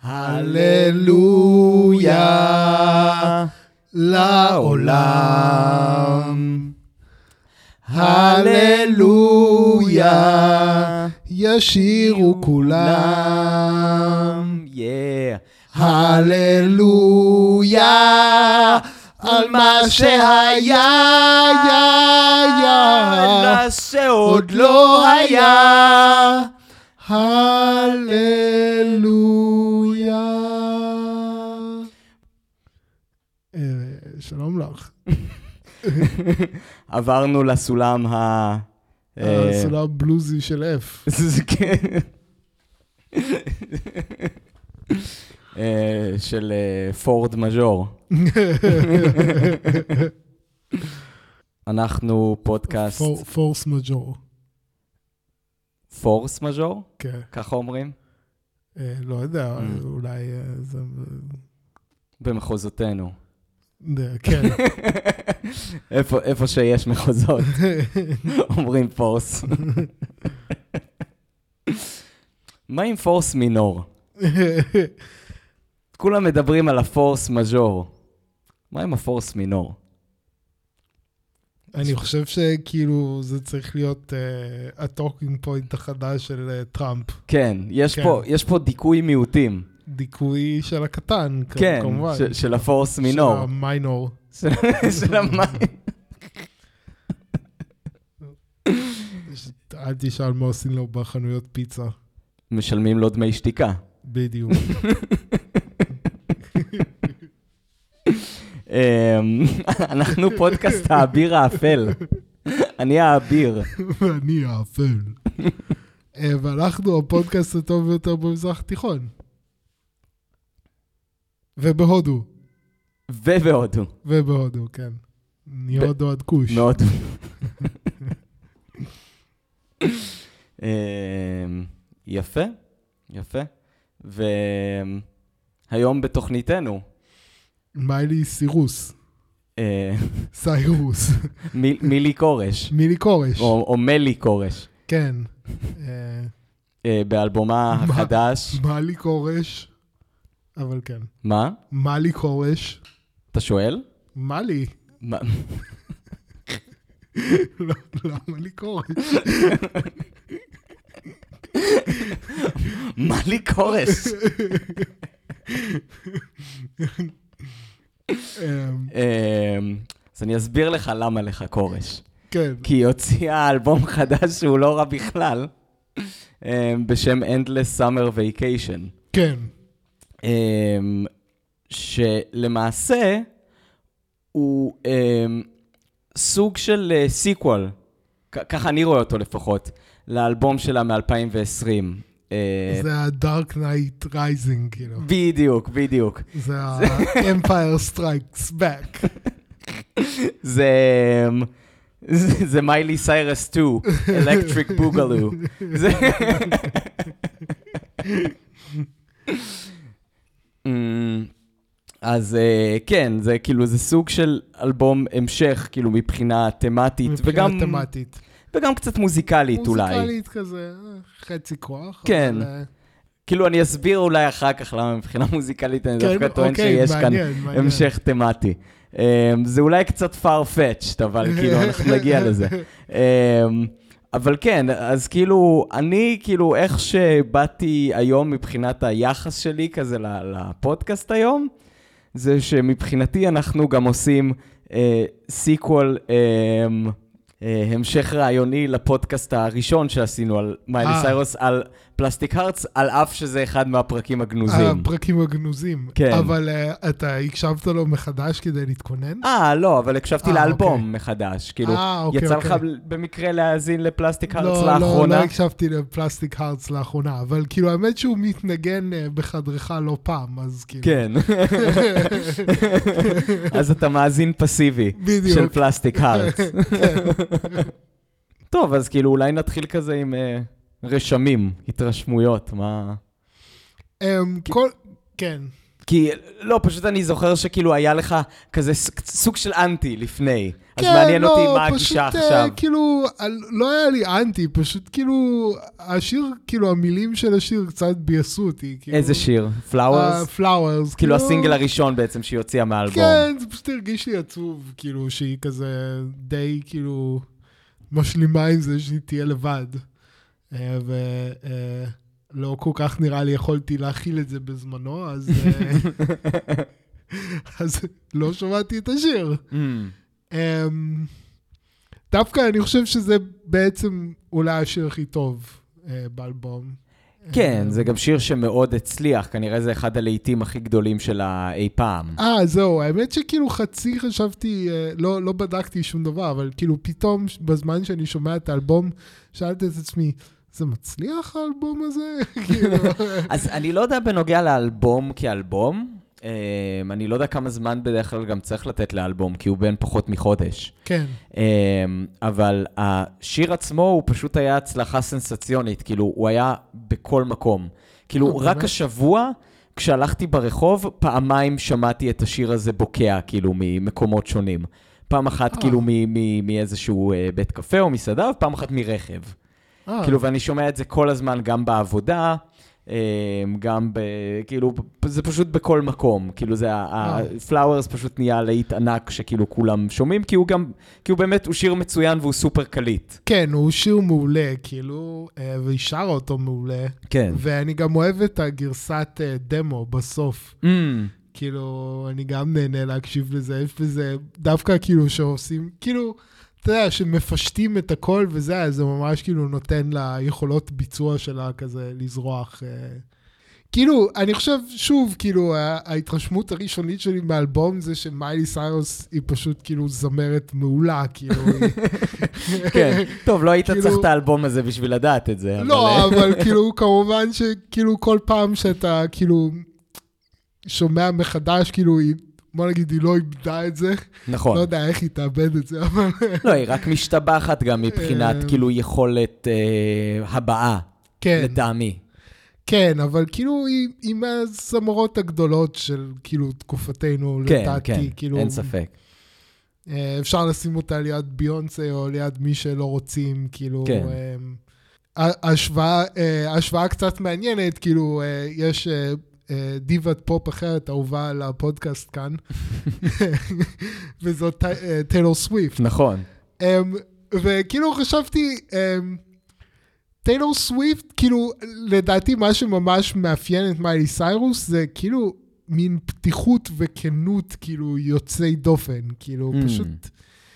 הללויה לעולם. הללויה ישירו כולם. הללויה על מה שהיה, מה שעוד לא היה. הללויה. שלום לך. עברנו לסולם הסולם בלוזי של F. של פורד מז'ור. אנחנו פודקאסט... פורס מז'ור. פורס מז'ור? כן. ככה אומרים? לא יודע, אולי זה... במחוזותינו. כן. איפה שיש מחוזות. אומרים פורס. מה עם פורס מינור? כולם מדברים על הפורס מז'ור. מה עם הפורס מינור? אני חושב שכאילו זה צריך להיות הטוקינג פוינט החדש של טראמפ. כן, יש פה דיכוי מיעוטים. דיכוי של הקטן, כן, כמובן. של הפורס מינור. של המיינור. של המיינור. אל תשאל מה עושים לו בחנויות פיצה. משלמים לו דמי שתיקה. בדיוק. אנחנו פודקאסט האביר האפל. אני האביר. ואני האפל. ואנחנו הפודקאסט הטוב ביותר במזרח התיכון. ובהודו. ובהודו, כן. מהודו עד כוש. מהודו. יפה. והיום בתוכניתנו. מיילי סירוס. סיירוס. מילי קורש. מילי קורש. או מלי קורש. כן. באלבומה החדש. מלי קורש. אבל כן. מה? מלי קורש. אתה שואל? מלי. למה לי קורש? מלי קורש. אז אני אסביר לך למה לך קורש. כן. כי היא הוציאה אלבום חדש שהוא לא רע בכלל, בשם Endless Summer Vacation. כן. שלמעשה הוא סוג של סיקוול, ככה אני רואה אותו לפחות, לאלבום שלה מ-2020. זה ה-Dark Knight Rising, כאילו. בדיוק. זה ה-Empire Strikes Back. זה מיילי סיירס 2, Electric Boogaloo. אז כן, זה כאילו, זה סוג של אלבום המשך, כאילו מבחינה תמטית, וגם קצת מוזיקלית אולי. מוזיקלית כזה, חצי כוח. כן. כאילו אני אסביר אולי אחר כך למה מבחינה מוזיקלית אני דווקא טוען שיש כאן המשך תמטי. זה אולי קצת far-fetched, אבל כאילו אנחנו נגיע לזה. אבל כן, אז כאילו, אני כאילו איך שבאתי היום מבחינת היחס שלי כזה לפודקאסט היום, זה שמבחינתי אנחנו גם עושים סיקוול, המשך רעיוני לפודקאסט הראשון שעשינו על מיילי סיירוס, על פלסטיק הרץ, על אף שזה אחד מהפרקים הגנוזים. הפרקים הגנוזים. כן. אבל אתה הקשבת לו מחדש כדי להתכונן? לא, אבל הקשבתי לאלבום מחדש. כאילו, יצא לך במקרה להאזין לפלסטיק הרץ לאחרונה? לא הקשבתי לפלסטיק הרץ לאחרונה, אבל כאילו, האמת שהוא מתנגן בחדרך לא פעם, אז כאילו. כן. אז אתה מאזין פסיבי של פלסטיק הרץ. טוב, אז כאילו, אולי נתחיל כזה עם רשמים, התרשמויות, מה... כן. כי, לא, פשוט אני זוכר שכאילו היה לך כזה סוג של אנטי לפני. כן, אז מעניין לא, אותי מה הגישה עכשיו. פשוט כאילו, לא היה לי אנטי, פשוט כאילו, השיר, כאילו המילים של השיר קצת בייסו אותי. כאילו, איזה שיר? Flowers? Flowers. כאילו הסינגל הראשון בעצם שהיא הוציאה מהאלבום. כן, זה פשוט הרגיש לי עצוב, כאילו, שהיא כזה די, כאילו, משלימה עם זה שהיא תהיה לבד. ולא כל כך נראה לי יכולתי להכיל את זה בזמנו, אז לא שמעתי את השיר. דווקא אני חושב שזה בעצם אולי השיר הכי טוב באלבום. כן, זה גם שיר שמאוד הצליח, כנראה זה אחד הלהיטים הכי גדולים שלה אי פעם. זהו, האמת שכאילו חצי חשבתי, לא בדקתי שום דבר, אבל כאילו פתאום בזמן שאני שומע את האלבום, שאלתי את עצמי, זה מצליח האלבום הזה? אז אני לא יודע בנוגע לאלבום כאלבום, אני לא יודע כמה זמן בדרך כלל גם צריך לתת לאלבום, כי הוא בין פחות מחודש. כן. אבל השיר עצמו הוא פשוט היה הצלחה סנסציונית, כאילו הוא היה בכל מקום. כאילו רק השבוע, כשהלכתי ברחוב, פעמיים שמעתי את השיר הזה בוקע, כאילו ממקומות שונים. פעם אחת כאילו מאיזשהו בית קפה או מסעדה, ופעם אחת מרכב. כאילו, ואני שומע את זה כל הזמן, גם בעבודה, גם כאילו, זה פשוט בכל מקום. כאילו, זה, ה-Flowers פשוט נהיה להיט ענק שכאילו כולם שומעים, כי הוא באמת, הוא שיר מצוין והוא סופר קליט. כן, הוא שיר מעולה, כאילו, והיא שרה אותו מעולה. כן. ואני גם אוהב את הגרסת דמו בסוף. כאילו, אני גם נהנה להקשיב לזה, יש בזה דווקא כאילו שעושים, כאילו, אתה יודע, שמפשטים את הכל וזה, זה ממש כאילו נותן לה יכולות ביצוע שלה כזה לזרוח. כאילו, אני חושב, שוב, כאילו, ההתרשמות הראשונית שלי מהאלבום זה שמיילי סיירוס היא פשוט כאילו זמרת מעולה, כאילו. כן, טוב, לא היית צריך את האלבום הזה בשביל לדעת את זה. לא, אבל כאילו, כמובן שכאילו כל פעם שאתה כאילו שומע מחדש, כאילו היא, בוא נגיד, היא לא איבדה את זה. נכון. לא יודע איך היא תאבד את זה, אבל... לא, היא רק משתבחת גם מבחינת כאילו יכולת הבאה, לטעמי. כן, אבל כאילו היא מהזמרות הגדולות של כאילו תקופתנו, לדעתי. כן, כאילו, אין ספק. אפשר לשים אותה ליד ביונסה או ליד מי שלא רוצים, כאילו... כן. השוואה קצת מעניינת, כאילו יש... דיבת פופ אחרת, אהובה על הפודקאסט כאן, וזאת טיילור סוויפט. נכון. וכאילו חשבתי, טיילור סוויפט, כאילו, לדעתי מה שממש מאפיין את מיילי סיירוס, זה כאילו מין פתיחות וכנות, כאילו יוצאי דופן, כאילו פשוט,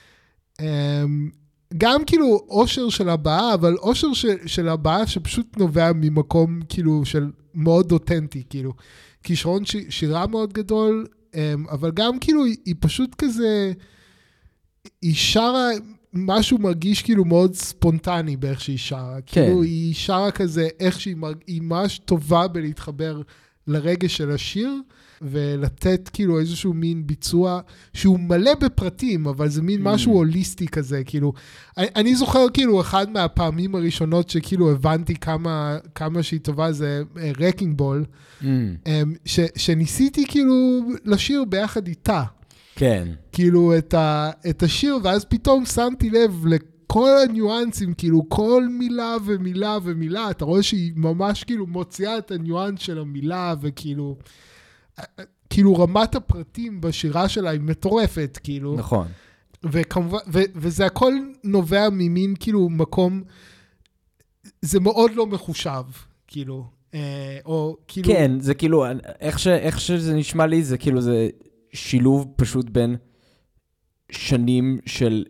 גם כאילו אושר של הבאה, אבל אושר של הבאה שפשוט נובע ממקום כאילו של מאוד אותנטי, כאילו. כישרון שירה מאוד גדול, אבל גם כאילו היא פשוט כזה, היא שרה, משהו מרגיש כאילו מאוד ספונטני באיך שהיא שרה. כן. כאילו היא שרה כזה, איך שהיא ממש טובה בלהתחבר לרגש של השיר, ולתת כאילו איזשהו מין ביצוע שהוא מלא בפרטים, אבל זה מין משהו הוליסטי כזה, כאילו, אני זוכר כאילו אחד מהפעמים הראשונות שכאילו הבנתי כמה שהיא טובה, זה רקינג בול, שניסיתי כאילו לשיר ביחד איתה. כן. כאילו את השיר, ואז פתאום שמתי לב לכל הניואנסים, כאילו כל מילה ומילה ומילה, אתה רואה שהיא ממש כאילו מוציאה את הניואנס של המילה, וכאילו... כאילו רמת הפרטים בשירה שלה היא מטורפת, כאילו. נכון. וכמובן, וזה הכל נובע ממין, כאילו, מקום, זה מאוד לא מחושב, כאילו, או כאילו... כן, זה כאילו, איך שזה נשמע לי, זה כאילו, זה שילוב פשוט בין שנים של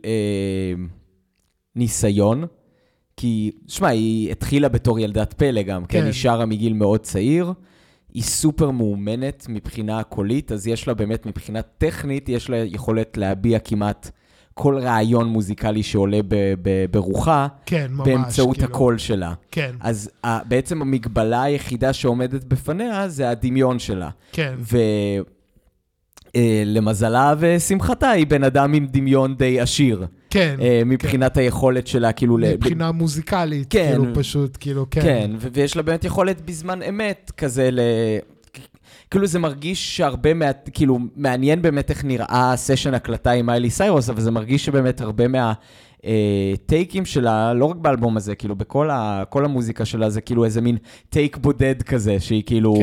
ניסיון, כי, שמה, היא התחילה בתור ילדת פלא גם, כן, היא שרה מגיל מאוד צעיר, היא סופר מאומנת מבחינה קולית, אז יש לה באמת מבחינה טכנית, יש לה יכולת להביע כמעט כל רעיון מוזיקלי שעולה ברוחה, כן, ממש, באמצעות כאילו. הקול שלה. כן. אז בעצם המגבלה היחידה שעומדת בפניה, זה הדמיון שלה. כן. למזלה ושמחתה, היא בן אדם עם דמיון די עשיר. כן. מבחינת היכולת שלה, כאילו... מבחינה מוזיקלית, כן. כאילו פשוט, כאילו, כן. כן, ויש לה באמת יכולת בזמן אמת, כזה כאילו זה מרגיש שהרבה, כאילו מעניין באמת איך נראה סשן הקלטה עם מיילי סיירוס, אבל זה מרגיש שבאמת הרבה טייקים שלה, לא רק באלבום הזה, כאילו בכל המוזיקה שלה, זה כאילו איזה מין טייק בודד כזה, שהיא כאילו,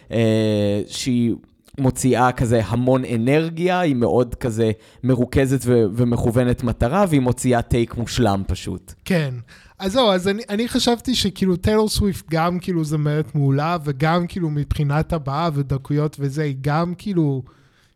שהיא מוציאה כזה המון אנרגיה, היא מאוד כזה מרוכזת ומכוונת מטרה, והיא מוציאה טייק מושלם פשוט. כן. אז זהו, אז אני חשבתי שכאילו טיילור סוויפט גם כאילו זמרת מעולה, וגם כאילו מבחינת הבאה ודקויות וזה, היא גם כאילו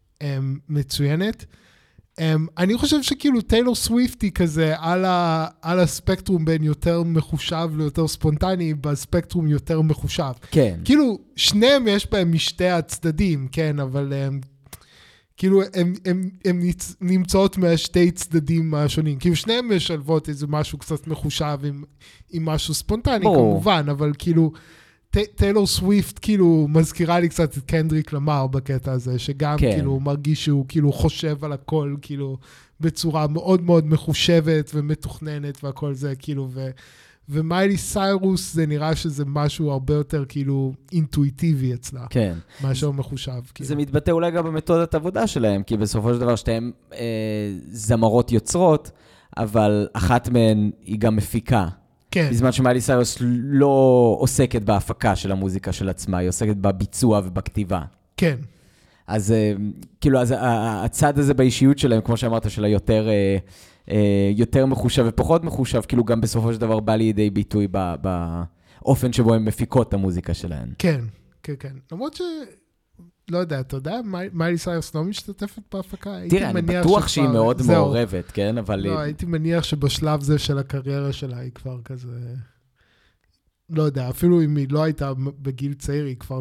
מצוינת. אני חושב שכאילו טיילור סוויפט היא כזה על הספקטרום בין יותר מחושב ליותר ספונטני, בספקטרום יותר מחושב. כן. כאילו שניהם יש בהם משתי הצדדים, כן, אבל כאילו הם נמצאות מהשתי צדדים השונים. כאילו שניהם משלבות איזה משהו קצת מחושב עם משהו ספונטני כמובן, אבל כאילו טיילור סוויפט כאילו מזכירה לי קצת את קנדריק למר בקטע הזה, שגם כאילו מרגיש שהוא כאילו חושב על הכל כאילו בצורה מאוד מאוד מחושבת ומתוכננת והכל זה כאילו, ומיילי סיירוס זה נראה שזה משהו הרבה יותר כאילו אינטואיטיבי אצלה, כן. מאשר מחושב. זה מתבטא אולי גם במתודת עבודה שלהם, כי בסופו של דבר שתיהן זמרות יוצרות, אבל אחת מהן היא גם מפיקה. כן. בזמן שמיילי סיירוס לא עוסקת בהפקה של המוזיקה של עצמה, היא עוסקת בביצוע ובכתיבה. כן. אז כאילו, אז הצד הזה באישיות שלהם, כמו שאמרת, שלה יותר מחושב ופחות מחושב, כאילו גם בסופו של דבר בא לידי ביטוי באופן שבו הם מפיקות את המוזיקה שלהם. כן, כן, כן. למרות ש... לא יודע, אתה יודע, מיילי סיירוס לא משתתפת בהפקה? תראה, אני בטוח שהיא מאוד מעורבת, כן? אבל... לא, הייתי מניח שבשלב זה של הקריירה שלה היא כבר כזה... לא יודע, אפילו אם היא לא הייתה בגיל צעיר, היא כבר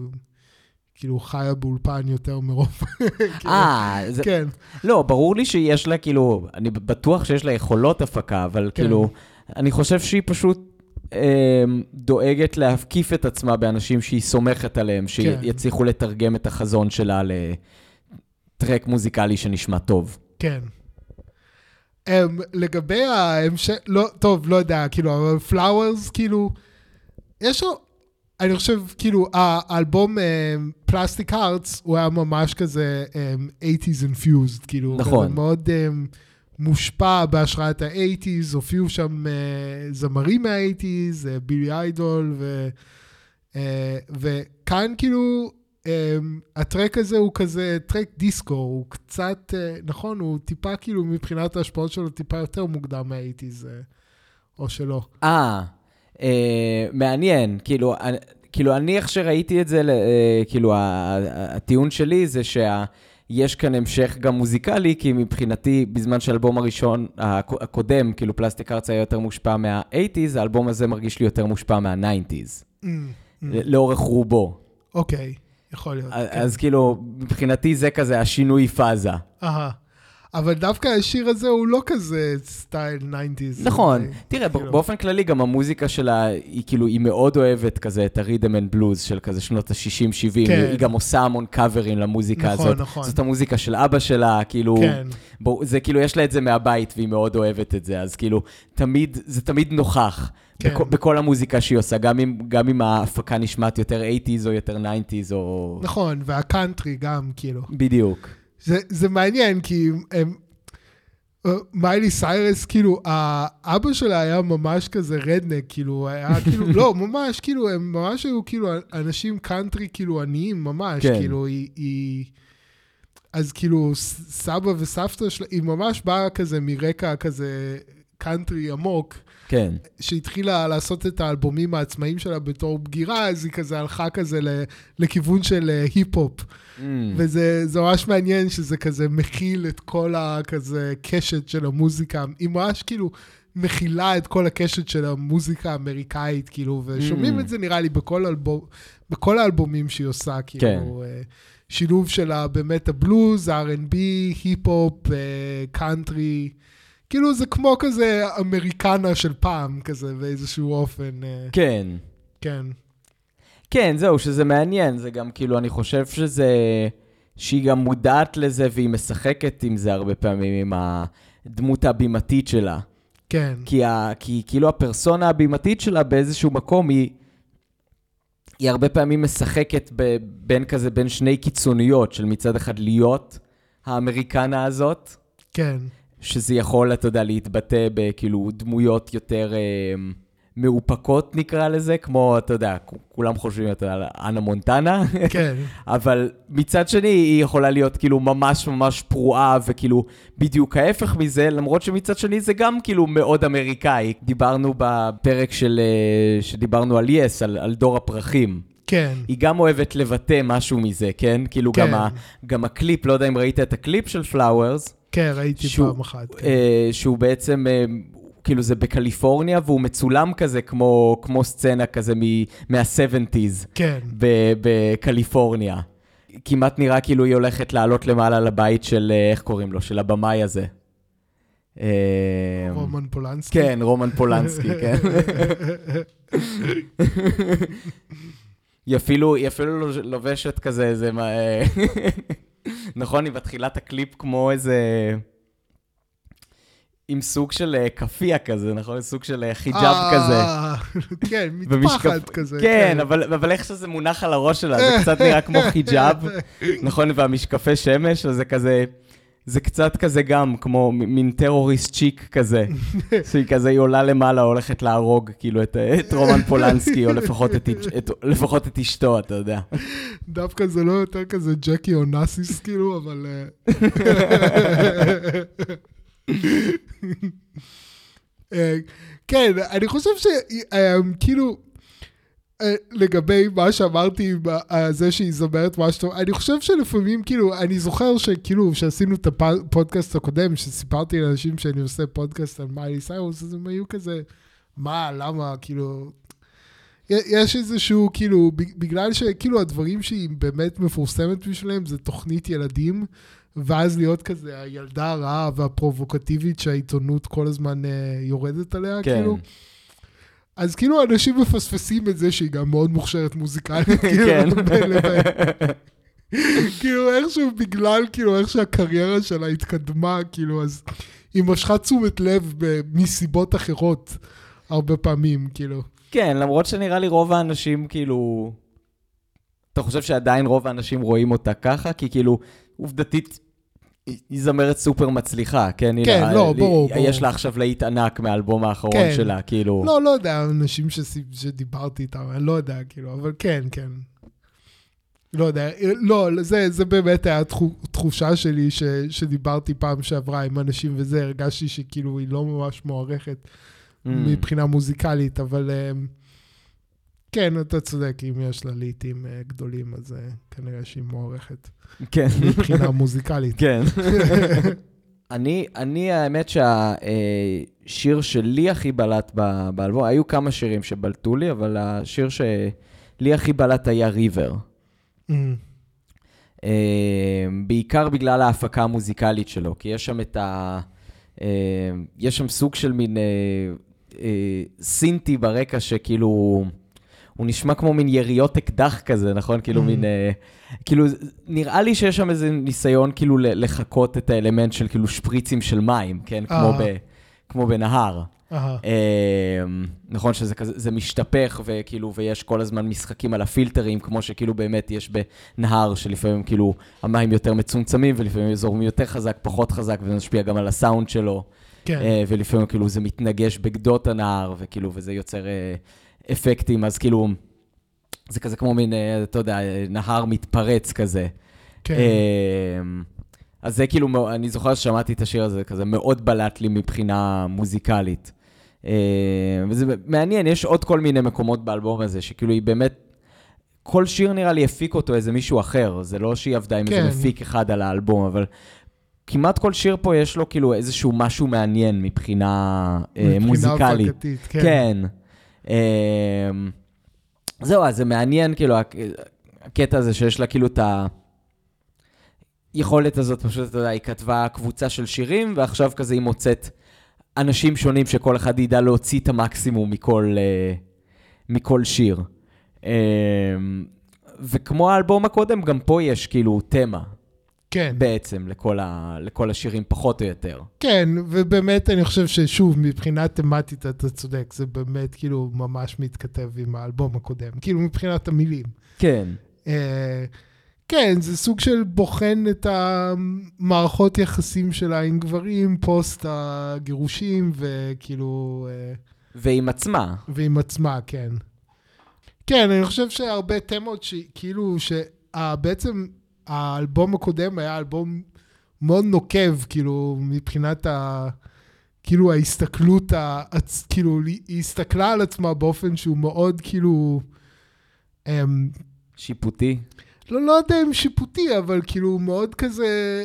כאילו חיה באולפן יותר מרוב. זה... כן. לא, ברור לי שיש לה, כאילו, אני בטוח שיש לה יכולות הפקה, אבל כאילו, אני חושב שהיא פשוט דואגת להקיף את עצמה באנשים שהיא סומכת עליהם, שיצליחו לתרגם את החזון שלה לטרק מוזיקלי שנשמע טוב. כן. לגבי ההמשך, טוב, לא יודע, כאילו, אבל Flowers, כאילו, יש לו, אני חושב, כאילו, האלבום Plastic Hearts, הוא היה ממש כזה 80s infused, כאילו, נכון. מאוד מושפע בהשראת ה-80s, הופיעו שם זמרים מה-80s, בילי איידול, וכאן כאילו, הטרק הזה הוא כזה טרק דיסקו, הוא קצת, נכון, הוא טיפה כאילו מבחינת ההשפעות שלו, טיפה יותר מוקדם מה-80s, או שלא. מעניין, כאילו אני איך שראיתי את זה, כאילו הטיעון שלי זה יש כאן המשך גם מוזיקלי, כי מבחינתי, בזמן שהאלבום הראשון, הקודם, כאילו פלסטיק ארץ היה יותר מושפע מה-80s, האלבום הזה מרגיש לי יותר מושפע מה-90s. לאורך רובו. אוקיי, יכול להיות. אז כאילו, מבחינתי זה כזה השינוי פאזה. אבל דווקא השיר הזה הוא לא כזה סטייל 90s. נכון. תראה, באופן כללי גם המוזיקה שלה היא כאילו, היא מאוד אוהבת כזה את הרידם אנד בלוז של כזה שנות ה-60-70. היא גם עושה המון קאברים למוזיקה הזאת. זאת המוזיקה של אבא שלה, כאילו, זה כאילו יש לה את זה מהבית והיא מאוד אוהבת את זה. אז כאילו, זה תמיד נוכח בכל המוזיקה שהיא עושה, גם אם ההפקה נשמעת יותר 80s או יותר 90s או... נכון, והקאנטרי גם, כאילו. בדיוק. זה מעניין, כי מיילי סיירס, כאילו, האבא שלה היה ממש כזה רדנק, כאילו, היה כאילו, לא, ממש, כאילו, הם ממש היו, כאילו, אנשים קאנטרי, כאילו, עניים, ממש, כאילו, היא, אז כאילו, סבא וסבתא שלה, היא ממש באה כזה מרקע כזה קאנטרי עמוק, כן. שהתחילה לעשות את האלבומים העצמאיים שלה בתור בגירה, אז היא כזה הלכה כזה לכיוון של היפ-הופ. וזה ממש מעניין שזה כזה מכיל את כל הכזה קשת של המוזיקה. היא ממש כאילו מכילה את כל הקשת של המוזיקה האמריקאית, כאילו, ושומעים את זה נראה לי בכל האלבומים שהיא עושה, כאילו, שילוב שלה באמת הבלוז, R&B, היפ-הופ, קאנטרי, כאילו זה כמו כזה אמריקנה של פעם, כזה באיזשהו אופן. כן. כן. כן, זהו, שזה מעניין, זה גם כאילו, אני חושב שהיא גם מודעת לזה, והיא משחקת עם זה הרבה פעמים, עם הדמות הבימתית שלה. כן. כי כאילו הפרסונה הבימתית שלה באיזשהו מקום, היא הרבה פעמים משחקת בין שני קיצוניות, של מצד אחד להיות האמריקנה הזאת. כן. שזה יכול, אתה יודע, להתבטא בכאילו דמויות יותר מאופקות נקרא לזה, כמו, אתה יודע, כולם חושבים על אנה מונטנה. כן. אבל מצד שני, היא יכולה להיות כאילו ממש ממש פרועה, וכאילו בדיוק ההפך מזה, למרות שמצד שני זה גם כאילו מאוד אמריקאי. דיברנו בפרק שדיברנו על יס, על דור הפרחים. כן. היא גם אוהבת לבטא משהו מזה, כן? כאילו כן. גם הקליפ, לא יודע אם ראית את הקליפ של פלאוורס. כן, ראיתי פעם אחת. כן. שהוא בעצם, כאילו זה בקליפורניה, והוא מצולם כזה כמו סצנה כזה מה-70s. כן. בקליפורניה. כמעט נראה כאילו היא הולכת לעלות למעלה לבית של, איך קוראים לו? של הבמאי הזה. רומן פולנסקי. כן, רומן פולנסקי, כן. היא אפילו לובשת כזה איזה... נכון, היא בתחילת הקליפ כמו איזה... עם סוג של כפיה כזה, נכון? סוג של חיג'אב כזה. כן, מתפחת כזה. כן, אבל איך שזה מונח על הראש שלה, זה קצת נראה כמו חיג'אב, נכון? והמשקפי שמש, אז זה כזה... זה קצת כזה גם, כמו מין טרוריסט צ'יק כזה, שהיא כזה, היא עולה למעלה, הולכת להרוג, כאילו, את רומן פולנסקי, או לפחות את אשתו, אתה יודע. דווקא זה לא יותר כזה ג'קי או נאסיס, כאילו, אבל... כן, אני חושב שכאילו, לגבי מה שאמרתי, זה שהיא זמרת משהו טוב, אני חושב שלפעמים, כאילו, אני זוכר שכאילו, שעשינו את הפודקאסט הקודם, שסיפרתי לאנשים שאני עושה פודקאסט על מיילי סיירוס, אז הם היו כזה, מה, למה, כאילו, יש איזשהו, כאילו, בגלל שכאילו הדברים שהיא באמת מפורסמת בשבילם, זה תוכנית ילדים, ואז להיות כזה, הילדה הרעה והפרובוקטיבית שהעיתונות כל הזמן יורדת עליה, כן. כאילו. אז כאילו אנשים מפספסים את זה שהיא גם מאוד מוכשרת מוזיקלית, כאילו, כאילו איכשהו בגלל, כאילו איך שהקריירה שלה התקדמה, כאילו, אז היא משכה תשומת לב מסיבות אחרות, הרבה פעמים, כאילו. כן, למרות שנראה לי רוב האנשים, כאילו, אתה חושב שעדיין רוב האנשים רואים אותה ככה, כי כאילו, עובדתית, היא זמרת סופר מצליחה, כן? כן, לא, ברור. יש לה עכשיו להיט ענק מהאלבום האחרון שלה, כאילו... לא יודע, אנשים שדיברתי איתם, אני לא יודע, כאילו, אבל כן, כן. לא יודע, לא, זה באמת היה תחושה שלי שדיברתי פעם שעברה עם אנשים וזה, הרגשתי שכאילו היא לא ממש מוערכת מבחינה מוזיקלית, אבל כן, אתה צודק, אם יש לה להיטים גדולים, אז כנראה שהיא מוערכת. כן. מבחינה מוזיקלית. כן. אני האמת שהשיר שלי הכי בלט באלבום, היו כמה שירים שבלטו לי, אבל השיר שלי הכי בלט היה ריבר. בעיקר בגלל ההפקה המוזיקלית שלו, כי יש שם יש שם סוג של מין סינטי ברקע שכאילו... הוא נשמע כמו מין יריות אקדח כזה, נכון? כאילו מין, כאילו, נראה לי שיש שם איזה ניסיון כאילו לחכות את האלמנט של כאילו שפריצים של מים, כן? כמו בנהר. נכון שזה כזה, זה משתפך וכאילו, ויש כל הזמן משחקים על הפילטרים, כמו שכאילו באמת יש בנהר, שלפעמים כאילו המים יותר מצומצמים, ולפעמים זורמים יותר חזק, פחות חזק, וזה משפיע גם על הסאונד שלו. ולפעמים כאילו זה מתנגש בגדות הנהר, וכאילו, וזה יוצר... אפקטים, אז כאילו, זה כזה כמו מין, אתה יודע, נהר מתפרץ כזה. כן. אז זה כאילו, אני זוכר ששמעתי את השיר הזה, כזה מאוד בלט לי מבחינה מוזיקלית. וזה מעניין, יש עוד כל מיני מקומות באלבום הזה, שכאילו היא באמת, כל שיר נראה לי הפיק אותו איזה מישהו אחר, זה לא שהיא עבדה עם איזה מפיק אחד על האלבום, אבל כמעט כל שיר פה יש לו כאילו איזשהו משהו מעניין מבחינה מוזיקלית. מבחינה הפקתית, כן. כן. זהו, אז זה מעניין, כאילו, הקטע הזה שיש לה כאילו את היכולת הזאת, פשוט, אתה יודע, היא כתבה קבוצה של שירים, ועכשיו כזה היא מוצאת אנשים שונים שכל אחד ידע להוציא את המקסימום מכל שיר. וכמו האלבום הקודם, גם פה יש כאילו תמה. כן. בעצם, לכל השירים פחות או יותר. כן, ובאמת אני חושב ששוב, מבחינה תמטית אתה צודק, זה באמת כאילו ממש מתכתב עם האלבום הקודם, כאילו מבחינת המילים. כן. כן, זה סוג של בוחן את המערכות יחסים שלה עם גברים, פוסט הגירושים, וכאילו... ועם עצמה. ועם עצמה, כן. כן, אני חושב שהרבה תמות שכאילו, שבעצם האלבום הקודם היה אלבום מאוד נוקב, כאילו, מבחינת כאילו ההסתכלות, כאילו, היא הסתכלה על עצמה באופן שהוא מאוד, כאילו... שיפוטי. לא יודע אם שיפוטי, אבל כאילו מאוד כזה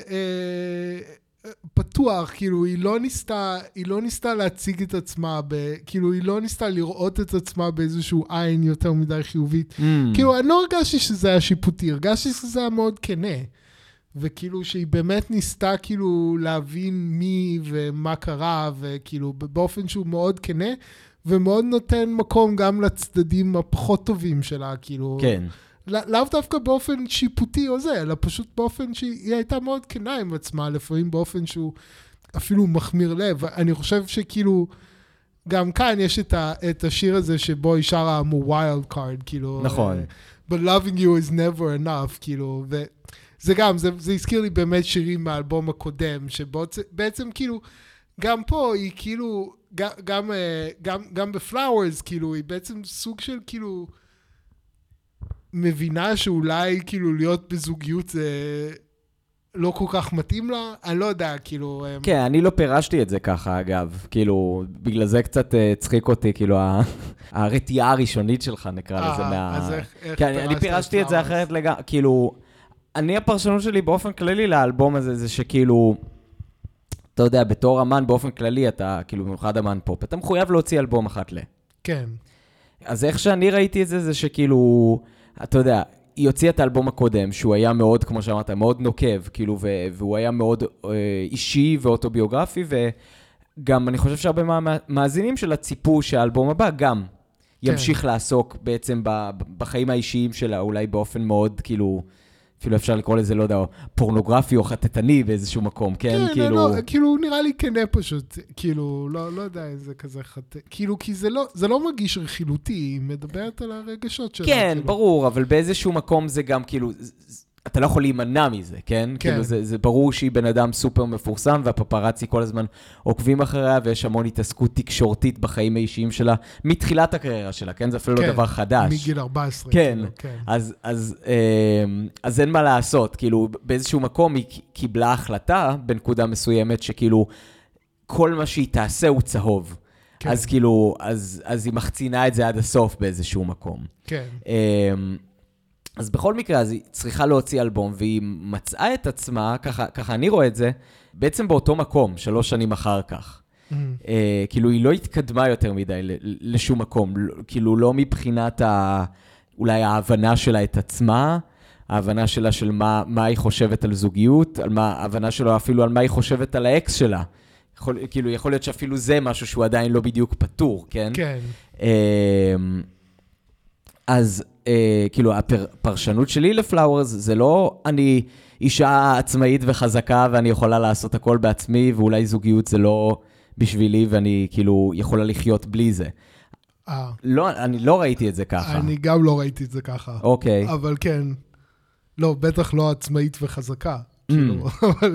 פתוח, כאילו היא לא ניסתה להציג את עצמה, כאילו היא לא ניסתה לראות את עצמה באיזשהו עין יותר מדי חיובית. כאילו אני לא הרגשתי שזה היה שיפוטי, הרגשתי שזה היה מאוד כנה. וכאילו שהיא באמת ניסתה כאילו להבין מי ומה קרה, וכאילו באופן שהוא מאוד כנה, ומאוד נותן מקום גם לצדדים הפחות טובים שלה, כאילו... כן. לאו דווקא באופן שיפוטי או זה, אלא פשוט באופן שהיא הייתה מאוד כנה עם עצמה, לפעמים באופן שהוא אפילו מחמיר לב. אני חושב שכאילו, גם כאן יש את השיר הזה שבו היא שרה wild card, כאילו. נכון. But loving you is never enough, כאילו, וזה גם, זה הזכיר לי באמת שירים מהאלבום הקודם, שבעצם כאילו, גם פה היא כאילו, גם בפלאוורס, כאילו, היא בעצם סוג של כאילו, מבינה שאולי כאילו להיות בזוגיות זה לא כל כך מתאים לה, אני לא יודע, כאילו... כן, אני לא פירשתי את זה ככה, אגב, כאילו, בגלל זה קצת צחיק אותי, כאילו, הרתיעה הראשונית שלך נקרא לזה אז איך כן, אני פירשתי את זה אחרת לגמרי, כאילו, הפרשנות שלי באופן כללי לאלבום הזה, זה שכאילו, אתה יודע, בתור אמן באופן כללי, אתה, כאילו, במיוחד אמן פופ, אתה מחויב להוציא אלבום אחת כן. אז איך שאני ראיתי את זה, זה שכאילו... אתה יודע, היא הוציאה את האלבום הקודם, שהוא היה מאוד, כמו שאמרת, מאוד נוקב, כאילו, והוא היה מאוד אישי ואוטוביוגרפי, וגם אני חושב שהרבה מהמאזינים שלה ציפו שהאלבום הבא גם ימשיך לעסוק בעצם בחיים האישיים שלה, אולי באופן מאוד, כאילו, אפילו אפשר לקרוא לזה, לא יודע, פורנוגרפי או חטטני באיזשהו מקום, כן? כן, כאילו, נראה לי כנה פשוט, כאילו, לא יודע איזה כזה כאילו, כי זה לא מרגיש רכילותי, היא מדברת על הרגשות שלה. כן, ברור, אבל באיזשהו מקום זה גם, כאילו, אתה לא יכול להימנע מזה, כן? כאילו, זה ברור שהיא בן אדם סופר מפורסם, והפפרצי כל הזמן עוקבים אחריה, ויש המון התעסקות תקשורתית בחיים האישיים שלה, מתחילת הקריירה שלה, כן? זה אפילו לא דבר חדש. מגיל 14. כן, אז אין מה לעשות, כאילו, באיזשהו מקום היא קיבלה החלטה, בנקודה מסוימת, שכאילו, כל מה שהיא תעשה הוא צהוב. אז כאילו, אז היא מחצינה את זה עד הסוף באיזשהו מקום. כן. אז בכל מקרה, אז היא צריכה להוציא אלבום, והיא מצאה את עצמה, ככה אני רואה את זה, בעצם באותו מקום, 3 שנים אחר כך. כאילו, היא לא התקדמה יותר מדי לשום מקום, כאילו, לא מבחינת אולי ההבנה שלה את עצמה, ההבנה שלה של מה היא חושבת על זוגיות, ההבנה שלה אפילו על מה היא חושבת על האקס שלה. כאילו, יכול להיות שאפילו זה משהו שהוא עדיין לא בדיוק פתור, כן? כן. אז כאילו, הפרשנות שלי לפלאוורס, זה לא אני אישה עצמאית וחזקה, ואני יכולה לעשות הכל בעצמי, ואולי זוגיות זה לא בשבילי, ואני כאילו יכולה לחיות בלי זה. לא, אני לא ראיתי את זה ככה. אני גם לא ראיתי את זה ככה. אוקיי. אבל כן, לא, בטח לא עצמאית וחזקה. כאילו,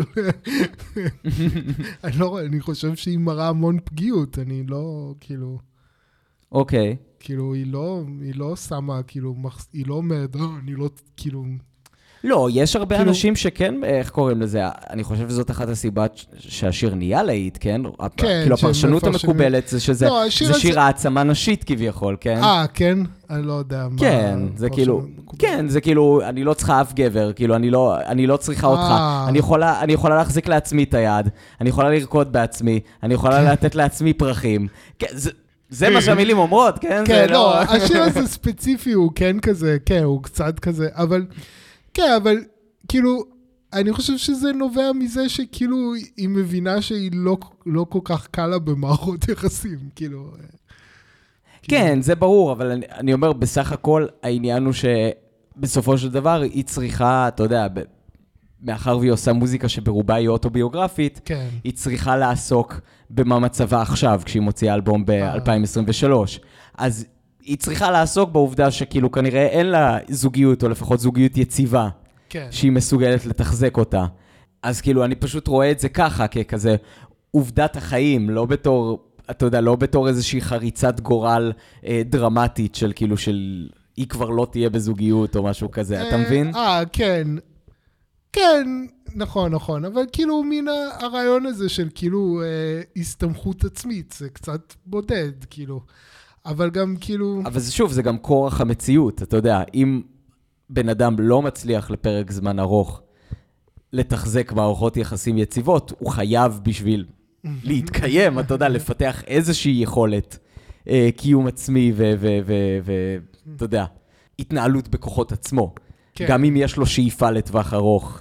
אבל אני חושב שהיא מראה המון פגיעות, אני לא, כאילו... אוקיי. כאילו, היא לא שמה, כאילו, היא לא אומרת, אני לא, כאילו... לא, יש הרבה אנשים שכן, איך קוראים לזה? אני חושב שזאת אחת הסיבות שהשיר נהיה להיט, כן? כאילו, הפרשנות המקובלת זה שזה שיר העצמה נשית כביכול, כן? כן? אני לא יודע מה... כן, זה כאילו, כן, זה כאילו, אני לא צריכה אף גבר, כאילו, אני לא צריכה אותך. אני יכולה להחזיק לעצמי את היד, אני יכולה לרקוד בעצמי, אני יכולה לתת לעצמי פרחים. כן, זה מה שהמילים אומרות, כן? כן, לא, השיר הזה ספציפי הוא כן כזה, כן, הוא קצת כזה, אבל... כן, אבל כאילו, אני חושב שזה נובע מזה שכאילו היא מבינה שהיא לא כל כך קלה במערכות יחסים, כאילו. כן, זה ברור, אבל אני אומר, בסך הכל העניין הוא שבסופו של דבר היא צריכה, אתה יודע, מאחר והיא עושה מוזיקה שברובה היא אוטוביוגרפית, כן. היא צריכה לעסוק במה מצבה עכשיו, כשהיא מוציאה אלבום ב-2023. אז היא צריכה לעסוק בעובדה שכאילו כנראה אין לה זוגיות, או לפחות זוגיות יציבה, כן. שהיא מסוגלת לתחזק אותה. אז כאילו אני פשוט רואה את זה ככה, ככזה עובדת החיים, לא בתור, אתה יודע, לא בתור איזושהי חריצת גורל דרמטית של כאילו של היא כבר לא תהיה בזוגיות או משהו כזה, אתה מבין? כן. כן, נכון, אבל כאילו מן הרעיון הזה של כאילו הסתמכות עצמית, זה קצת בודד, כאילו. אבל גם כאילו... אבל שוב, זה גם כורח המציאות, אתה יודע, אם בן אדם לא מצליח לפרק זמן ארוך לתחזק מערכות יחסים יציבות, הוא חייב בשביל להתקיים, אתה יודע, לפתח איזושהי יכולת קיום עצמי ואתה יודע, התנהלות בכוחות עצמו. כן. גם אם יש לו שאיפה לטווח ארוך.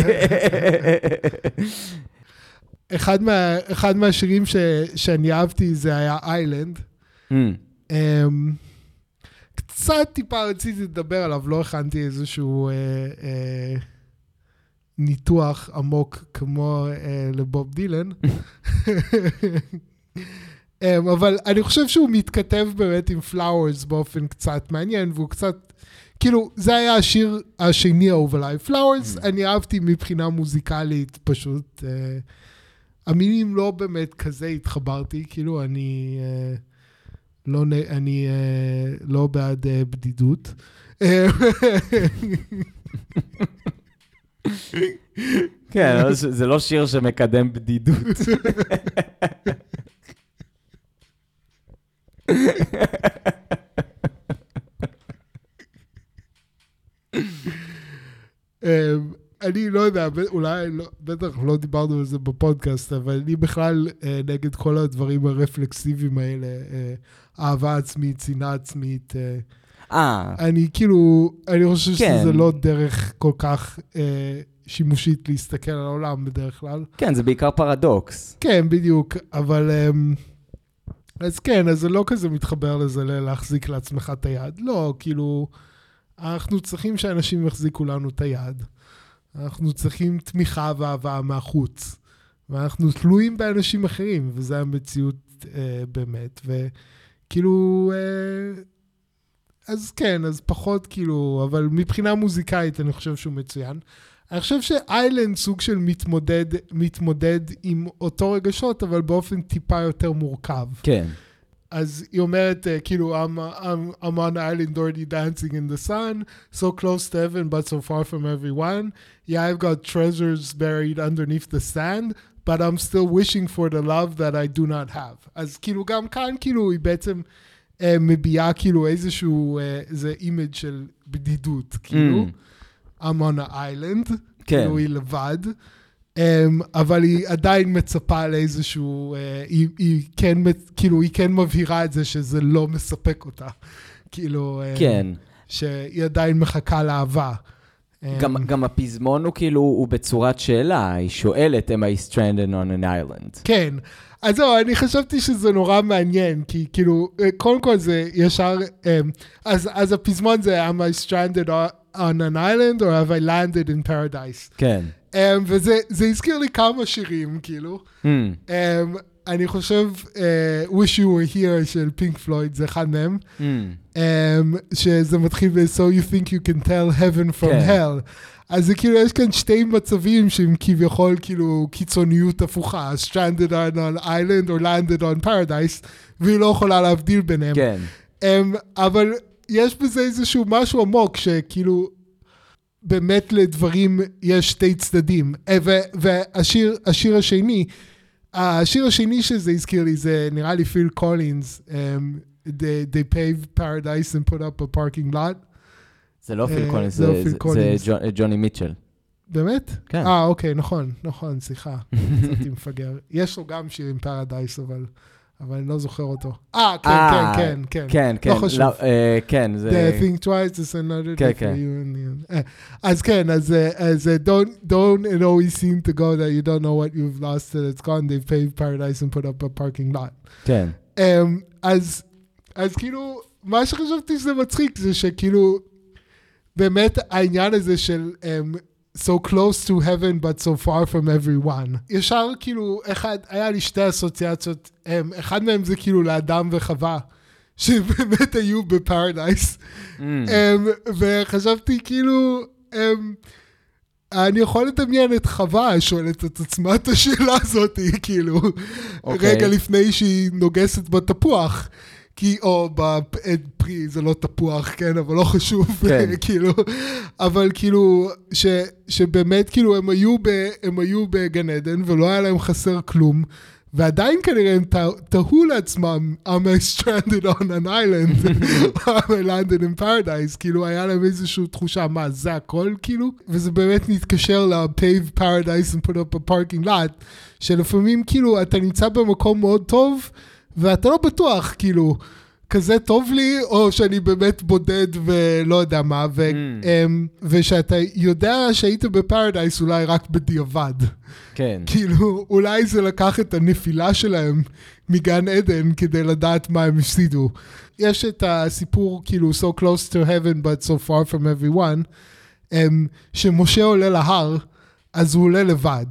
אחד מהשירים שאני אהבתי זה היה איילנד. קצת טיפה רציתי לדבר עליו, לא הכנתי איזשהו ניתוח עמוק כמו לבוב דילן. אבל אני חושב שהוא מתכתב באמת עם Flowers באופן קצת מעניין, והוא קצת, כאילו, זה היה השיר השני האהוב עליי. Flowers אני אהבתי מבחינה מוזיקלית, פשוט, המילים לא באמת כזה התחברתי, כאילו אני לא בעד בדידות. כן, זה לא שיר שמקדם בדידות. אני לא יודע, אולי, בטח לא דיברנו על זה בפודקאסט, אבל אני בכלל נגד כל הדברים הרפלקסיביים האלה, אהבה עצמית, שנאה עצמית. אני כאילו, אני חושב שזה לא דרך כל כך שימושית להסתכל על העולם בדרך כלל. כן, זה בעיקר פרדוקס. כן, בדיוק, אבל... אז כן, אז זה לא כזה מתחבר לזה להחזיק לעצמך את היד. לא, כאילו, אנחנו צריכים שאנשים יחזיקו לנו את היד. אנחנו צריכים תמיכה ואהבה מהחוץ. ואנחנו תלויים באנשים אחרים, וזו המציאות באמת. וכאילו, אז כן, אז פחות כאילו, אבל מבחינה מוזיקאית אני חושב שהוא מצוין. אני חושב שאיילנד סוג של מתמודד עם אותו רגשות, אבל באופן טיפה יותר מורכב. כן. אז היא אומרת, כאילו, I'm on island already dancing in the sun, so close to heaven, but so far from everyone. Yeah, I've got treasures buried underneath the sand, but I'm still wishing for the love that I do not have. אז כאילו, גם כאן, כאילו, היא בעצם מביעה, כאילו, איזשהו, איזה אימג' של בדידות, כאילו. I'm on an island, כאילו היא לבד, אבל היא עדיין מצפה לאיזשהו, היא כן מבהירה את זה שזה לא מספק אותה, כאילו, שהיא עדיין מחכה לאהבה. גם הפזמון הוא כאילו, הוא בצורת שאלה, היא שואלת, am I stranded on an island? כן, אז זהו, אני חשבתי שזה נורא מעניין, כי כאילו, קודם כל זה ישר, אז הפזמון זה, am I stranded on an island, or have I landed in paradise? כן. וזה הזכיר לי כמה שירים, כאילו. אני חושב, Wish You Were Here של פינק פלויד, זה אחד מהם. שזה מתחיל ב-So You Think You Can Tell Heaven From Hell. אז זה כאילו, יש כאן שתי מצבים שהם כביכול כאילו קיצוניות הפוכה, stranded on an island or landed on paradise, והיא לא יכולה להבדיל ביניהם. כן. אבל יש בזה איזשהו משהו עמוק, שכאילו, באמת לדברים יש שתי צדדים. והשיר השני שזה הזכיר לי, זה נראה לי פיל קולינס, they paved paradise and put up a parking lot. זה לא פיל קולינס, זה ג'וני מיטשל. באמת? כן. אוקיי, נכון, סליחה. קצת מפגר. יש לו גם שיר עם פרדייס, אבל אני לא זוכר אותו. כן. לא חשוב. כן, זה... The think twice is another day for you. אז כן, אז don't it always seem to go that you don't know what you've lost till it's gone. They've paved paradise and put up a parking lot. כן. אז כאילו, מה שחשבתי שזה מצחיק זה שכאילו, באמת העניין הזה של so close to heaven but so far from everyone. ישר כאילו, היה לי שתי אסוציאציות, אחד מהם זה כאילו לאדם וחווה, שבאמת היו בפרדייס, וחשבתי כאילו, אני יכול לדמיין את חווה, שואלת את עצמה את השאלה הזאת, כאילו, רגע לפני שהיא נוגסת בתפוח, או בפרי, זה לא תפוח, כן, אבל לא חשוב, כאילו, אבל כאילו, שבאמת, כאילו, הם היו בגן עדן, ולא היה להם חסר כלום, ועדיין כנראה הם תהו לעצמם, I'm stranded on an island, I'm landed in paradise, כאילו היה להם איזושהי תחושה, מה, זה הכל כאילו? וזה באמת נתקשר ל-pave paradise and put up a parking lot, שלפעמים כאילו אתה נמצא במקום מאוד טוב, ואתה לא בטוח כאילו, כזה טוב לי, או שאני באמת בודד ולא יודע מה, ושאתה יודע שהיית בפרדייס אולי רק בדיעבד. כן. כאילו, אולי זה לקח את הנפילה שלהם מגן עדן כדי לדעת מה הם הפסידו. יש את הסיפור, כאילו, so close to heaven but so far from everyone, שמשה עולה להר, אז הוא עולה לבד.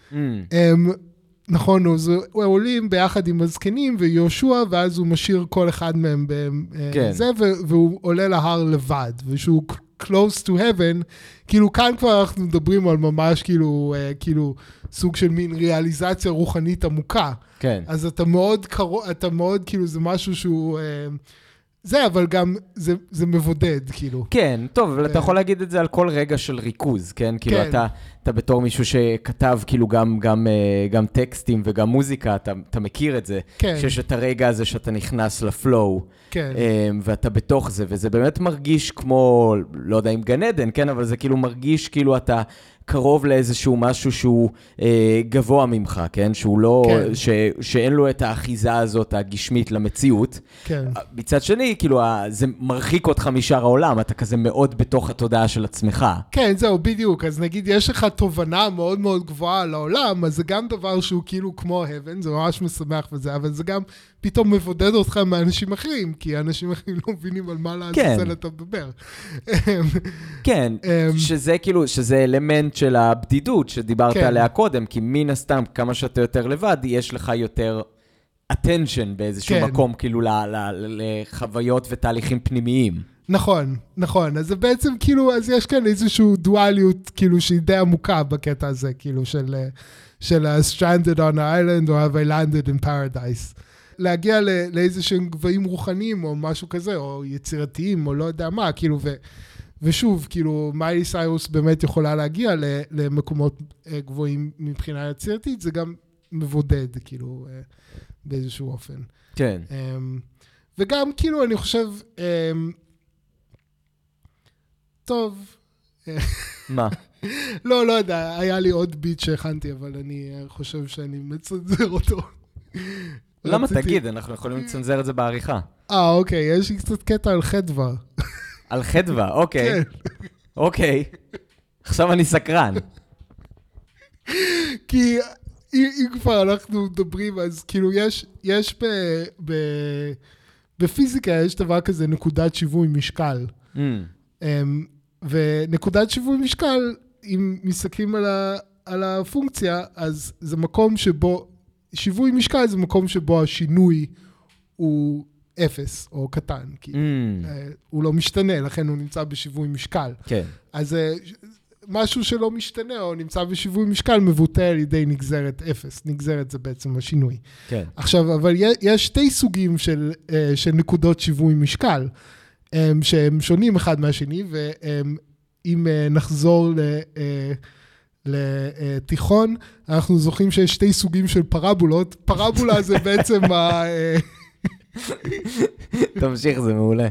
נכון, אז הוא עולים ביחד עם הזקנים ויהושע, ואז הוא משאיר כל אחד מהם בזה, והוא עולה להר לבד, ושהוא close to heaven, כאילו כאן כבר אנחנו מדברים על ממש כאילו סוג של מין ריאליזציה רוחנית עמוקה. כן. אז אתה מאוד כאילו זה משהו שהוא... זה, אבל גם זה מבודד, כאילו. כן, טוב, אבל אתה יכול להגיד את זה על כל רגע של ריכוז, כן? כאילו אתה בתור מישהו שכתב כאילו גם טקסטים וגם מוזיקה, אתה מכיר את זה. כן. שיש את הרגע הזה שאתה נכנס לפלואו. כן. ואתה בתוך זה, וזה באמת מרגיש כמו, לא יודע אם גן עדן, כן? אבל זה כאילו מרגיש כאילו אתה... קרוב לאיזשהו משהו שהוא גבוה ממך, כן? שהוא לא, כן. שאין לו את האחיזה הזאת הגשמית למציאות. כן. מצד שני, כאילו, זה מרחיק אותך משאר העולם, אתה כזה מאוד בתוך התודעה של עצמך. כן, זהו, בדיוק. אז נגיד, יש לך תובנה מאוד מאוד גבוהה על העולם, אז זה גם דבר שהוא כאילו כמו heaven, זה ממש משמח וזה, אבל זה גם פתאום מבודד אותך מאנשים אחרים, כי האנשים אחרים לא מבינים על מה לעזאזל אתה מדבר. כן, שזה כאילו, שזה אלמנט של הבדידות שדיברת עליה קודם, כי מן הסתם, כמה שאתה יותר לבד, יש לך יותר attention באיזשהו מקום, כאילו לחוויות ותהליכים פנימיים. נכון, נכון. אז זה בעצם כאילו, אז יש כאן איזושהי דואליות, כאילו, שהיא די עמוקה בקטע הזה, כאילו, של stranded on an island, או have I landed in paradise. להגיע לאיזשהם גבהים רוחניים, או משהו כזה, או יצירתיים, או לא יודע מה, כאילו, ושוב, כאילו, מיילי סיירוס באמת יכולה להגיע למקומות גבוהים מבחינה יצירתית, זה גם מבודד, כאילו, באיזשהו אופן. כן. וגם, כאילו, אני חושב, טוב. מה? לא יודע, היה לי עוד ביט שהכנתי, אבל אני חושב שאני מצנזר אותו. למה תגיד? אנחנו יכולים לצנזר את זה בעריכה. אוקיי, יש לי קצת קטע על חדווה. על חדווה, אוקיי. כן. אוקיי. עכשיו אני סקרן. כי אם כבר אנחנו מדברים, אז כאילו יש בפיזיקה יש דבר כזה נקודת שיווי משקל. ונקודת שיווי משקל, אם מסתכלים על הפונקציה, אז זה מקום שבו, שיווי משקל זה מקום שבו השינוי הוא אפס או קטן, כי הוא לא משתנה, לכן הוא נמצא בשיווי משקל. כן. אז משהו שלא משתנה או נמצא בשיווי משקל מבוטא על ידי נגזרת אפס. נגזרת זה בעצם השינוי. כן. עכשיו, אבל יש שתי סוגים של נקודות שיווי משקל, שהם שונים אחד מהשני, ואם נחזור לתיכון, אנחנו זוכרים שיש שתי סוגים של פרבולות. פרבולה זה בעצם תמשיך, זה מעולה.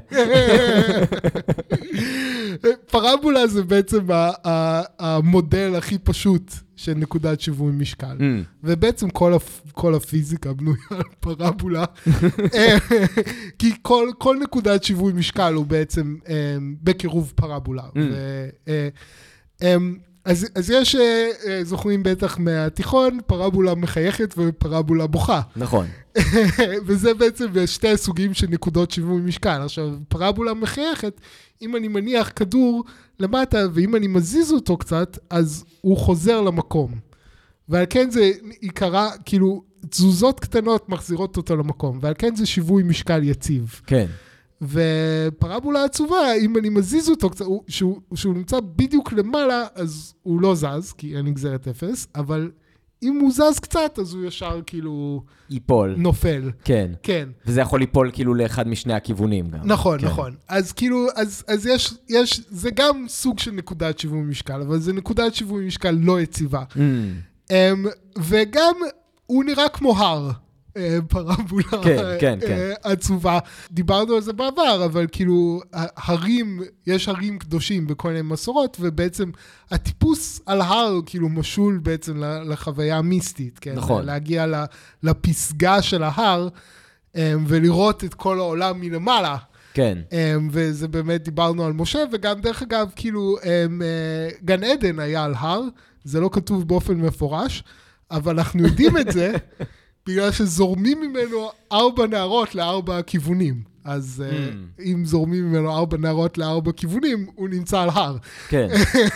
פרבולה זה בעצם המודל הכי פשוט של נקודת שיווי משקל. ובעצם כל הפיזיקה בנויה על פרבולה. כי כל נקודת שיווי משקל הוא בעצם בקירוב פרבולה. אז יש, זוכרים בטח מהתיכון, פרבולה מחייכת ופרבולה בוכה. נכון. וזה בעצם שתי סוגים של נקודות שיווי משקל. עכשיו, פרבולה מחייכת, אם אני מניח כדור למטה, ואם אני מזיז אותו קצת, אז הוא חוזר למקום. ועל כן זה עיקרה, כאילו, תזוזות קטנות מחזירות אותו למקום, ועל כן זה שיווי משקל יציב. כן. ופרבולה עצובה, אם אני מזיז אותו קצת, שהוא נמצא בדיוק למעלה, אז הוא לא זז, כי אין נגזרת אפס, אבל אם הוא זז קצת, אז הוא ישר כאילו... ייפול. נופל. כן. כן. וזה יכול ליפול כאילו לאחד משני הכיוונים גם. נכון, כן. נכון. אז כאילו, אז יש, זה גם סוג של נקודת שיווי משקל, אבל זה נקודת שיווי משקל לא יציבה. וגם הוא נראה כמו הר. פרבולה כן. עצובה. דיברנו על זה בעבר, אבל כאילו הרים, יש הרים קדושים בכל מיני מסורות, ובעצם הטיפוס על הר כאילו משול בעצם לחוויה המיסטית, כן? נכון. להגיע לפסגה של ההר, ולראות את כל העולם מלמעלה. כן. וזה באמת דיברנו על משה, וגם דרך אגב, כאילו, גן עדן היה על הר, זה לא כתוב באופן מפורש, אבל אנחנו יודעים את זה, בגלל שזורמים ממנו 4 נערות ל4 כיוונים. אז אם זורמים ממנו 4 נערות ל4 כיוונים, הוא נמצא על הר. כן.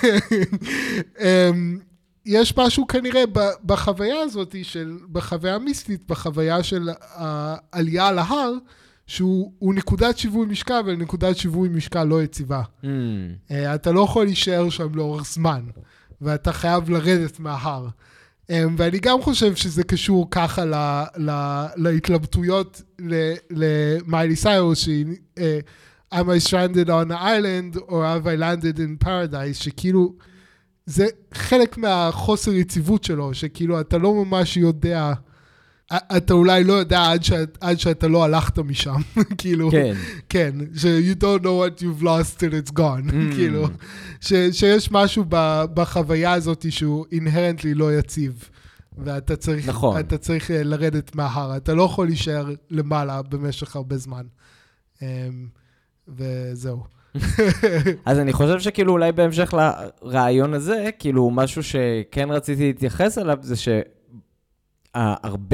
יש משהו כנראה בחוויה הזאת, בחוויה המיסטית, בחוויה של העלייה על ההר, שהוא נקודת שיווי משקל, ונקודת שיווי משקל לא יציבה. אתה לא יכול להישאר שם לאורך זמן, ואתה חייב לרדת מההר. ואני גם חושב שזה קשור ככה להתלבטויות למיילי סיירוס, שהיא am I stranded on an island or have I landed in paradise, שכאילו זה חלק מהחוסר יציבות שלו, שכאילו אתה לא ממש יודע, אתה אולי לא יודע עד שאתה לא הלכת משם, כאילו, כן, you don't know what you've lost till it's gone, כאילו, שיש משהו בחוויה הזאת שהוא inherently לא יציב, ואתה צריך לרדת מההר, אתה לא יכול להישאר למעלה במשך הרבה זמן, וזהו. אז אני חושב שכאילו אולי בהמשך לרעיון הזה, כאילו משהו שכן רציתי להתייחס עליו, זה שהרבה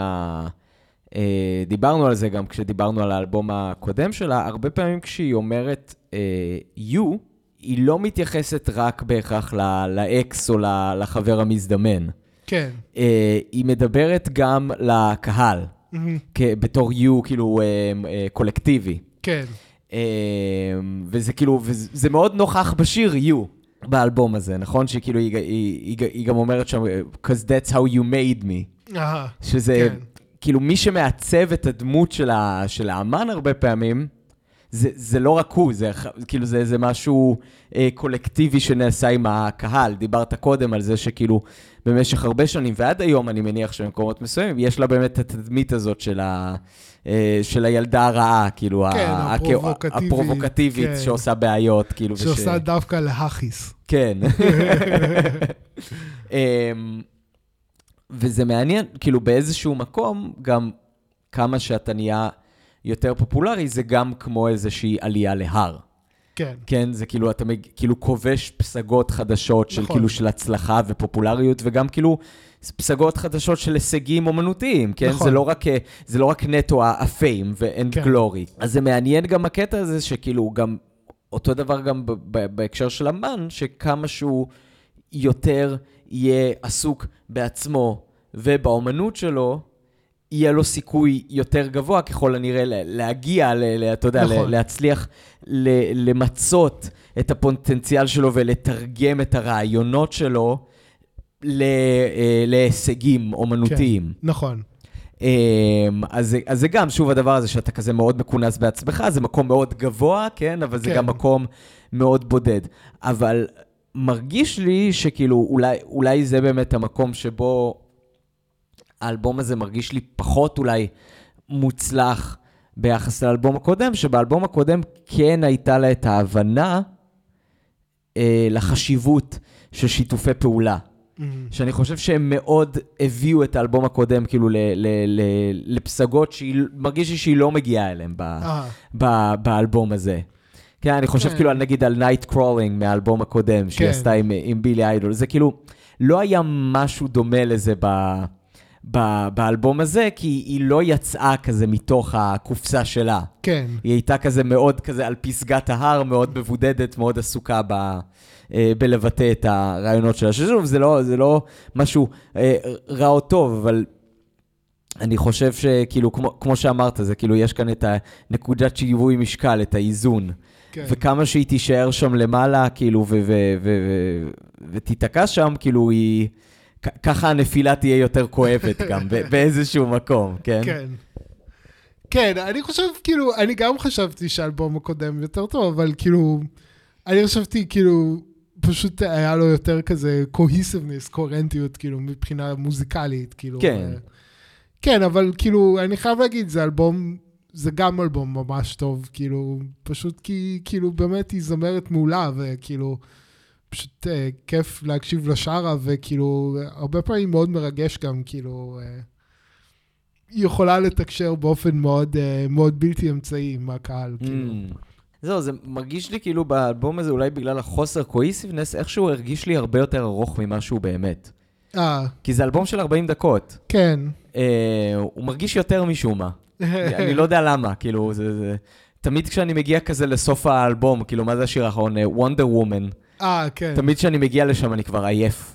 דיברנו על זה גם כשדיברנו על האלבום הקודם שלה, הרבה פעמים כשהיא אומרת you, היא לא מתייחסת רק בהכרח לאקס או לחבר המזדמן. כן. היא מדברת גם לקהל, בתור you כאילו קולקטיבי. כן. וזה כאילו, וזה מאוד נוכח בשיר you, באלבום הזה, נכון? שכאילו היא גם אומרת שם, because that's how you made me. שזה, כאילו מי שמעצב את הדמות של האמן הרבה פעמים, זה לא רק הוא, כאילו זה משהו קולקטיבי שנעשה עם הקהל. דיברת קודם על זה שכאילו במשך הרבה שנים, ועד היום אני מניח שבמקומות מסוימים, יש לה באמת את התדמית הזאת של הילדה הרעה, כאילו, הפרובוקטיבית שעושה בעיות, כאילו. שעושה דווקא להכיס. כן. וזה מעניין, כאילו באיזשהו מקום, גם כמה שאתה נהיה יותר פופולרי, זה גם כמו איזושהי עלייה להר. כן. כן, זה כאילו, אתה כאילו כובש פסגות חדשות של כאילו של הצלחה ופופולריות, וגם כאילו פסגות חדשות של הישגים אומנותיים, כן? זה לא רק נטו הפיים ואין גלורי. אז זה מעניין גם הקטע הזה, שכאילו גם, אותו דבר גם בהקשר של אמן, שכמה שהוא יותר יהיה עסוק בעצמו ובאומנות שלו, יהיה לו סיכוי יותר גבוה, ככל הנראה להגיע, אתה יודע, להצליח למצות את הפוטנציאל שלו ולתרגם את הרעיונות שלו להישגים אומנותיים. נכון. אז זה גם, שוב הדבר הזה, שאתה כזה מאוד מכונס בעצמך, זה מקום מאוד גבוה, כן? אבל זה גם מקום מאוד בודד. אבל מרגיש לי שכאילו, אולי זה באמת המקום שבו האלבום הזה מרגיש לי פחות אולי מוצלח ביחס לאלבום הקודם, שבאלבום הקודם כן הייתה לה את ההבנה לחשיבות של שיתופי פעולה. שאני חושב שהם מאוד הביאו את האלבום הקודם כאילו לפסגות שהיא מרגיש שהיא לא מגיעה אליהם באלבום הזה. כן, אני חושב כאילו נגיד על Night Crawling מהאלבום הקודם, שהיא עשתה עם בילי איידול, זה כאילו, לא היה משהו דומה לזה באלבום הזה, כי היא לא יצאה כזה מתוך הקופסה שלה. כן. היא הייתה כזה מאוד כזה על פסגת ההר, מאוד מבודדת, מאוד עסוקה בלבטא את הרעיונות שלה. ששוב, זה לא משהו רע או טוב, אבל אני חושב שכאילו, כמו שאמרת, זה כאילו יש כאן את הנקודת שיווי משקל, את האיזון. כן. וכמה שהיא תישאר שם למעלה, כאילו, ותתעקע שם, כאילו היא... ככה הנפילה תהיה יותר כואבת גם, באיזשהו מקום, כן? כן. כן, אני חושב, כאילו, אני גם חשבתי שהאלבום הקודם יותר טוב, אבל כאילו, אני חשבתי, כאילו, פשוט היה לו יותר כזה cohesiveness, קוהרנטיות, כאילו, מבחינה מוזיקלית, כאילו. כן. כן, אבל כאילו, אני חייב להגיד, זה גם אלבום ממש טוב, כאילו, פשוט כי, כאילו, באמת היא זמרת מעולה, וכאילו, פשוט כיף להקשיב לשרה, וכאילו, הרבה פעמים מאוד מרגש גם, כאילו, היא יכולה לתקשר באופן מאוד, מאוד בלתי אמצעי עם הקהל, כאילו. זהו, זה מרגיש לי כאילו באלבום הזה, אולי בגלל החוסר קוהיסיבנס, איכשהו הרגיש לי הרבה יותר ארוך ממשהו באמת. כי זה אלבום של 40 דקות. כן. הוא מרגיש יותר משום מה. אני לא יודע למה, כאילו, תמיד כשאני מגיע כזה לסוף האלבום, כאילו, מה זה השיר האחרון? Wonder Woman. כן. תמיד כשאני מגיע לשם אני כבר עייף.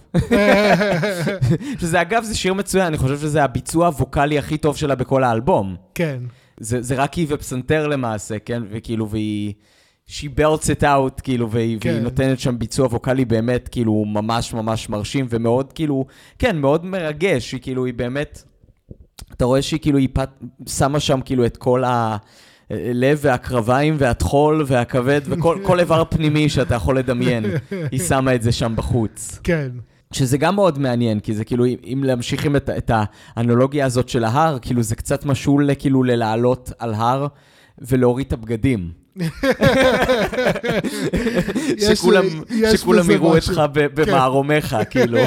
שזה אגב, זה שיר מצוין, אני חושב שזה הביצוע הווקלי הכי טוב שלה בכל האלבום. כן. זה רק היא ופסנתר למעשה, כן? וכאילו, she belts it out, כאילו, והיא נותנת שם ביצוע ווקלי באמת, כאילו, ממש ממש מרשים, ומאוד, כאילו, כן, מאוד מרגש, היא כאילו, היא באמת, אתה רואה שהיא כאילו, היא שמה שם, כאילו, את כל הלב והקרביים והתחול והכבד, וכל איבר פנימי שאתה יכול לדמיין, היא שמה את זה שם בחוץ. כן. שזה גם מאוד מעניין, כי זה כאילו, אם להמשיכים את האנלוגיה הזאת של ההר, כאילו, זה קצת משול, כאילו, ללעלות על הר ולהוריד את הבגדים. שכולם יראו אותך במערומיך, כאילו.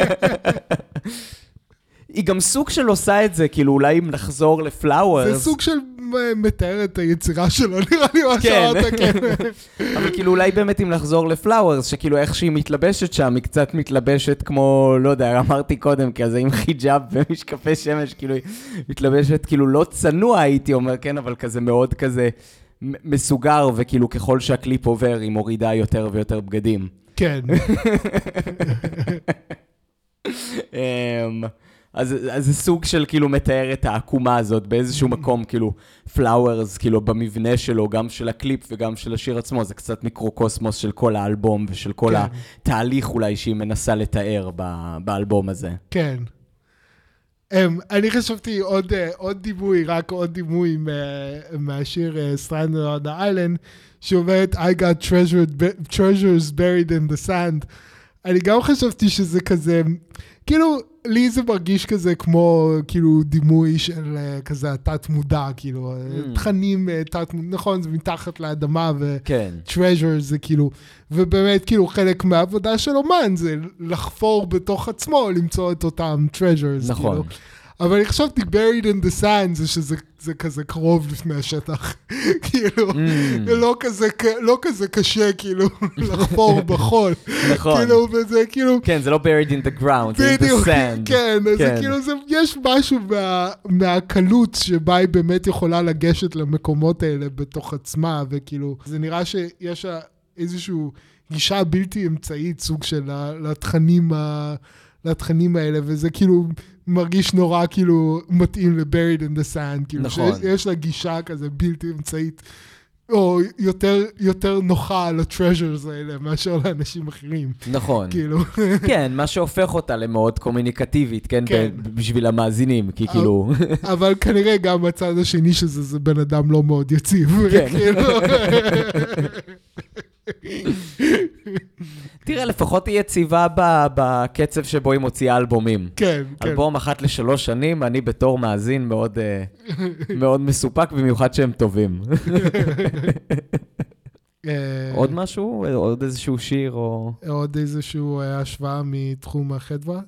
היא גם סוג של עושה את זה, כאילו אולי אם נחזור לפלאוורס. זה סוג של מתאר את היצירה שלו, נראה לי מה שאתה, כן. אבל כאילו אולי באמת אם נחזור לפלאוורס, שכאילו איך שהיא מתלבשת שם, היא קצת מתלבשת כמו, לא יודע, אמרתי קודם, כזה עם חיג'אב ומשקפי שמש, כאילו היא מתלבשת כאילו לא צנוע הייתי אומר, כן, אבל כזה מאוד כזה מסוגר, וכאילו ככל שהקליפ עובר, היא מורידה יותר ויותר בגדים. כן. אז זה סוג של כאילו מתאר את העקומה הזאת באיזשהו מקום, כאילו פלאוורס, כאילו במבנה שלו, גם של הקליפ וגם של השיר עצמו, זה קצת מיקרוקוסמוס של כל האלבום ושל כל התהליך אולי שהיא מנסה לתאר באלבום הזה. כן. אני חשבתי עוד דימוי, רק עוד דימוי מהשיר Stranded on the Island, שאומרת I got treasures buried in the sand. אני גם חשבתי שזה כזה, כאילו, לי זה מרגיש כזה כמו, כאילו, דימוי של כזה תת מודע, כאילו, תכנים תת מודע, נכון, זה מתחת לאדמה, ו-treasure זה כאילו, ובאמת, כאילו, חלק מהעבודה של אומן, זה לחפור בתוך עצמו, למצוא את אותם treasures, נכון. כאילו. אבל אני חשבתי, buried in the sand, זה שזה כזה קרוב לפני השטח. כאילו, לא כזה קשה, כאילו, לחפור בחול. נכון. כאילו, וזה כאילו... כן, זה לא buried in the ground, in the sand. כן, זה כאילו, יש משהו מהקלות שבה היא באמת יכולה לגשת למקומות האלה בתוך עצמה, וכאילו, זה נראה שיש איזשהו גישה בלתי אמצעית, סוג של לתכנים האלה, וזה כאילו... מרגיש נורא כאילו מתאים ל-Buried in the Sand, כאילו נכון. שיש לה גישה כזה בלתי אמצעית, או יותר נוחה ל-treasures האלה, מאשר לאנשים אחרים. נכון. כאילו. כן, מה שהופך אותה למאוד קומוניקטיבית, כן? בשביל המאזינים, כי כאילו... אבל כנראה גם בצד השני שזה, זה בן אדם לא מאוד יציב. כן. תראה, לפחות היא יציבה בקצב שבו היא מוציאה אלבומים. כן, כן. אלבום 1 ל3 שנים, אני בתור מאזין מאוד מסופק, במיוחד שהם טובים. עוד משהו? עוד איזשהו שיר או... עוד איזשהו השוואה מתחום החדווה?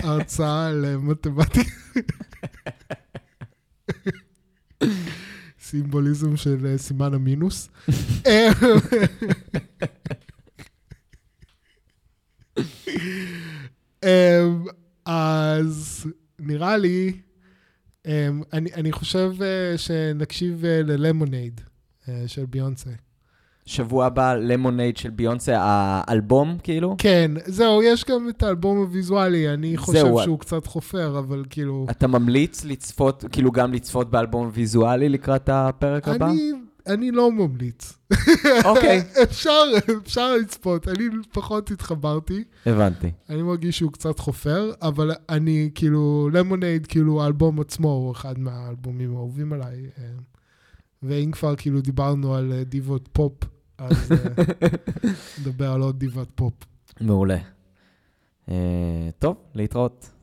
הרצאה על מתמטיקה. סימבוליזם של סימן המינוס. אז נראה לי, אני חושב שנקשיב ללמונייד של ביונסה. שבוע הבא, למונייד של ביונסה, האלבום כאילו? כן, זהו, יש גם את האלבום הוויזואלי, אני חושב שהוא קצת חופר, אבל כאילו... אתה ממליץ לצפות, כאילו גם לצפות באלבום ויזואלי לקראת הפרק הבא? אני לא ממליץ. אוקיי. אפשר לצפות, אני פחות התחברתי. הבנתי. אני מרגיש שהוא קצת חופר, אבל אני כאילו, למונייד, כאילו האלבום עצמו הוא אחד מהאלבומים האהובים עליי. ואם כבר כאילו דיברנו על דיבות פופ, אז נדבר על עוד דיבת פופ. מעולה. טוב, להתראות.